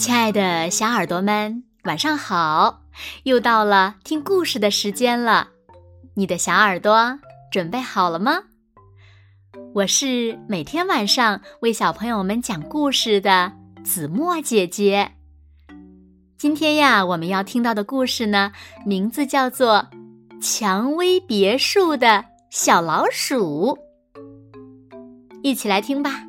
亲爱的小耳朵们，晚上好！又到了听故事的时间了，你的小耳朵准备好了吗？我是每天晚上为小朋友们讲故事的子墨姐姐。今天呀，我们要听到的故事呢，名字叫做《蔷薇别墅的小老鼠》。一起来听吧。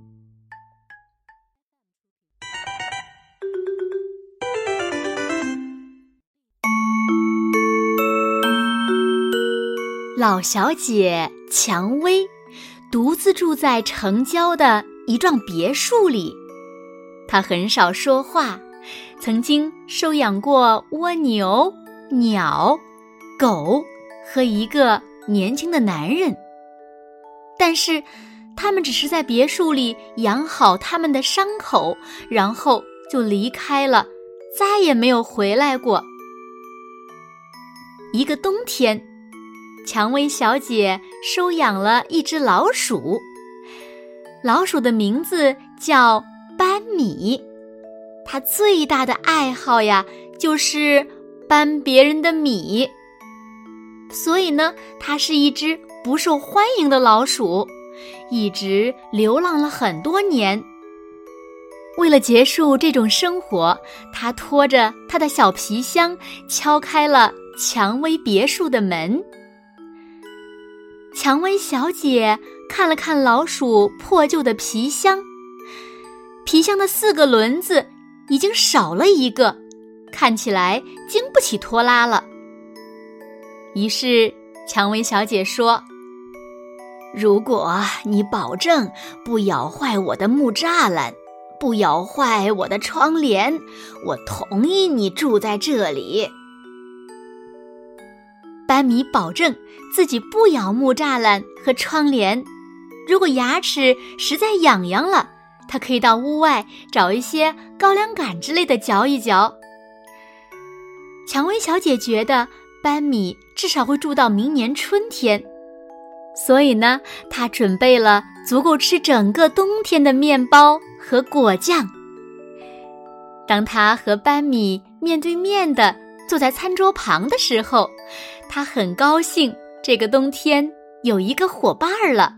老小姐蔷薇独自住在城郊的一幢别墅里，她很少说话，曾经收养过蜗牛、鸟、狗和一个年轻的男人，但是他们只是在别墅里养好他们的伤口，然后就离开了，再也没有回来过。一个冬天，蔷薇小姐收养了一只老鼠，老鼠的名字叫班米。它最大的爱好呀，就是搬别人的米，所以呢，它是一只不受欢迎的老鼠，一直流浪了很多年。为了结束这种生活，它拖着它的小皮箱敲开了蔷薇别墅的门。蔷薇小姐看了看老鼠破旧的皮箱，皮箱的4个轮子已经少了一个，看起来经不起拖拉了。于是蔷薇小姐说：如果你保证不咬坏我的木栅栏，不咬坏我的窗帘，我同意你住在这里。班米保证自己不咬木栅栏和窗帘，如果牙齿实在痒痒了，他可以到屋外找一些高粱杆之类的嚼一嚼。蔷薇小姐觉得班米至少会住到明年春天，所以呢，她准备了足够吃整个冬天的面包和果酱。当她和班米面对面地坐在餐桌旁的时候，她很高兴这个冬天有一个伙伴了。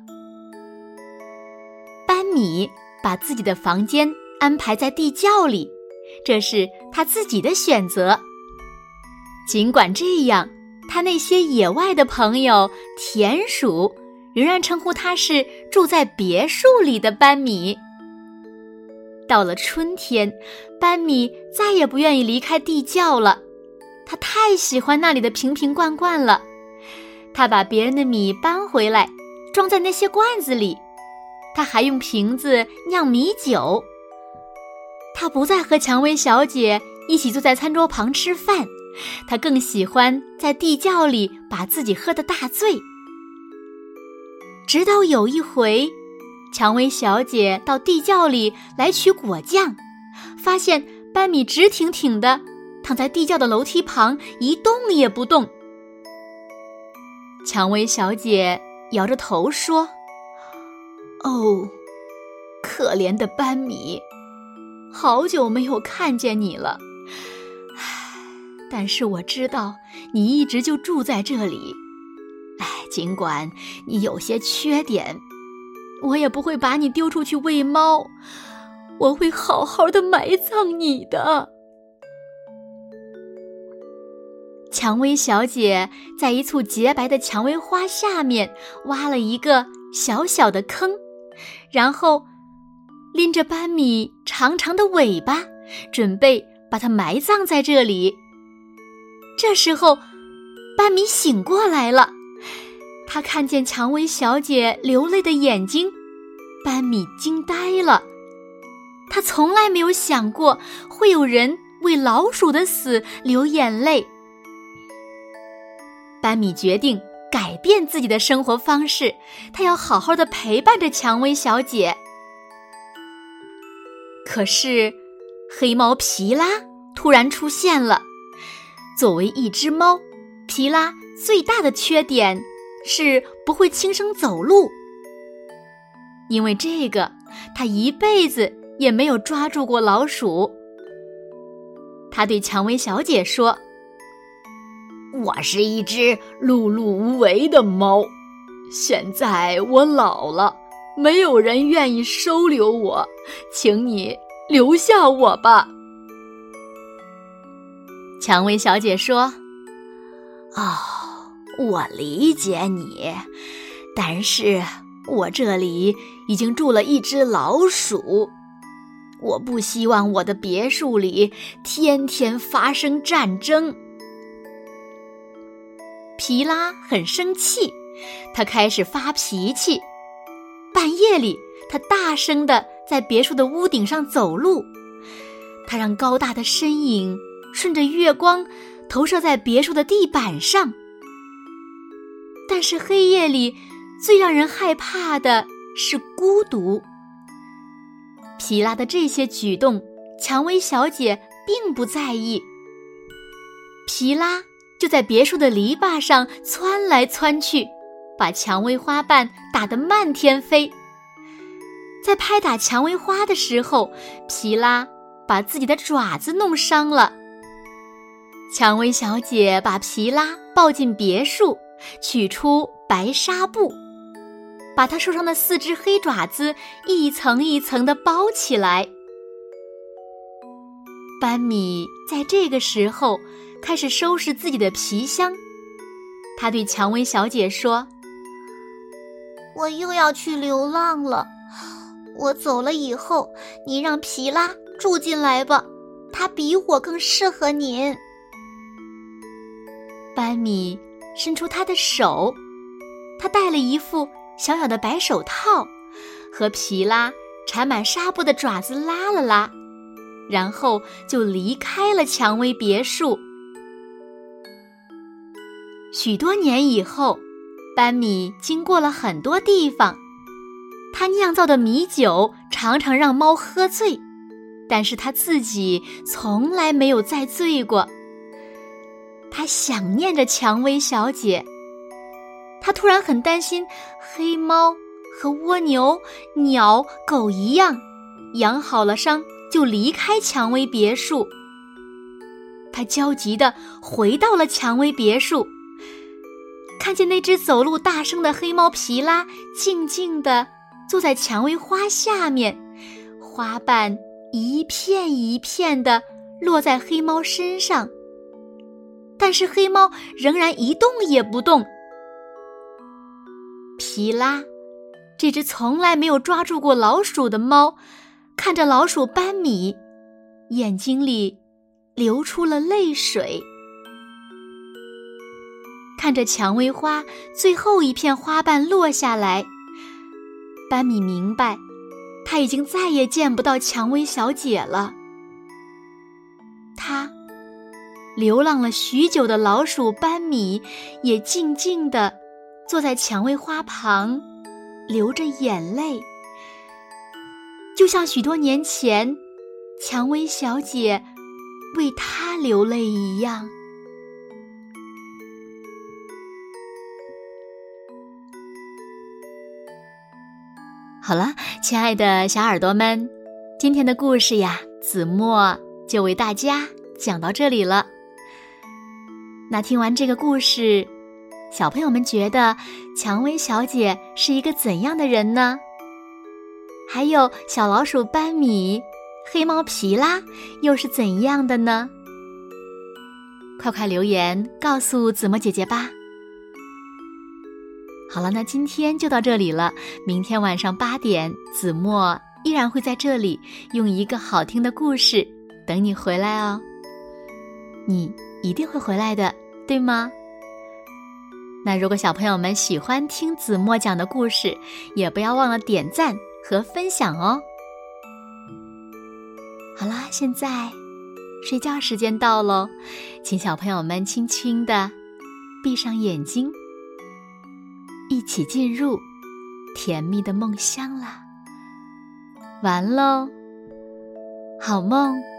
班米把自己的房间安排在地窖里，这是他自己的选择。尽管这样，他那些野外的朋友田鼠仍然称呼他是住在别墅里的班米。到了春天，班米再也不愿意离开地窖了，他太喜欢那里的瓶瓶罐罐了。他把别人的米搬回来，装在那些罐子里，他还用瓶子酿米酒。他不再和蔷薇小姐一起坐在餐桌旁吃饭，他更喜欢在地窖里把自己喝得大醉。直到有一回，蔷薇小姐到地窖里来取果酱，发现班米直挺挺地躺在地窖的楼梯旁，一动也不动。蔷薇小姐摇着头说：哦，可怜的班米，好久没有看见你了。但是我知道你一直就住在这里。尽管你有些缺点，我也不会把你丢出去喂猫，我会好好的埋葬你的。蔷薇小姐在一簇洁白的蔷薇花下面挖了一个小小的坑，然后拎着班米长长的尾巴，准备把它埋葬在这里。这时候，班米醒过来了，他看见蔷薇小姐流泪的眼睛，班米惊呆了。他从来没有想过会有人为老鼠的死流眼泪。班米决定改变自己的生活方式，他要好好的陪伴着蔷薇小姐。可是，黑猫皮拉突然出现了。作为一只猫，皮拉最大的缺点是不会轻声走路。因为这个，它一辈子也没有抓住过老鼠， 他对蔷薇小姐说：“ 我是一只碌碌无为的猫，现在我老了，没有人愿意收留我，请你留下我吧。” 蔷薇小姐说：“ 哦，我理解你，但是我这里已经住了一只老鼠，我不希望我的别墅里天天发生战争。” 皮拉很生气，他开始发脾气。半夜里，他大声地在别墅的屋顶上走路，他让高大的身影顺着月光投射在别墅的地板上。但是黑夜里最让人害怕的是孤独。皮拉的这些举动，蔷薇小姐并不在意。皮拉就在别墅的篱笆上窜来窜去，把蔷薇花瓣打得漫天飞。在拍打蔷薇花的时候，皮拉把自己的爪子弄伤了。蔷薇小姐把皮拉抱进别墅，取出白纱布，把她受伤的4只黑爪子一层一层地包起来。班米在这个时候开始收拾自己的皮箱，他对蔷薇小姐说：“ 我又要去流浪了，我走了以后，你让皮拉住进来吧，他比我更适合您。” 班米伸出他的手，他戴了一副小小的白手套，和皮拉缠满纱布的爪子拉了拉，然后就离开了蔷薇别墅。许多年以后，班米经过了很多地方，他酿造的米酒常常让猫喝醉，但是他自己从来没有再醉过。他想念着蔷薇小姐，他突然很担心黑猫和蜗牛、鸟、狗一样，养好了伤就离开蔷薇别墅。他焦急地回到了蔷薇别墅，看见那只走路大声的黑猫皮拉静静地坐在蔷薇花下面，花瓣一片一片地落在黑猫身上，但是黑猫仍然一动也不动。皮拉，这只从来没有抓住过老鼠的猫，看着老鼠班米，眼睛里流出了泪水。看着蔷薇花最后一片花瓣落下来，班米明白，他已经再也见不到蔷薇小姐了。他流浪了许久的老鼠班米也静静地坐在蔷薇花旁，流着眼泪，就像许多年前蔷薇小姐为他流泪一样。好了，亲爱的小耳朵们，今天的故事呀，子墨就为大家讲到这里了。那听完这个故事，小朋友们觉得蔷薇小姐是一个怎样的人呢？还有小老鼠班米、黑猫皮拉又是怎样的呢？快快留言告诉子墨姐姐吧。好了，那今天就到这里了。明天晚上8点，子墨依然会在这里用一个好听的故事等你回来哦。你一定会回来的，对吗？那如果小朋友们喜欢听子墨讲的故事，也不要忘了点赞和分享哦。好啦，现在睡觉时间到咯，请小朋友们轻轻地闭上眼睛，一起进入甜蜜的梦乡啦。完喽，好梦。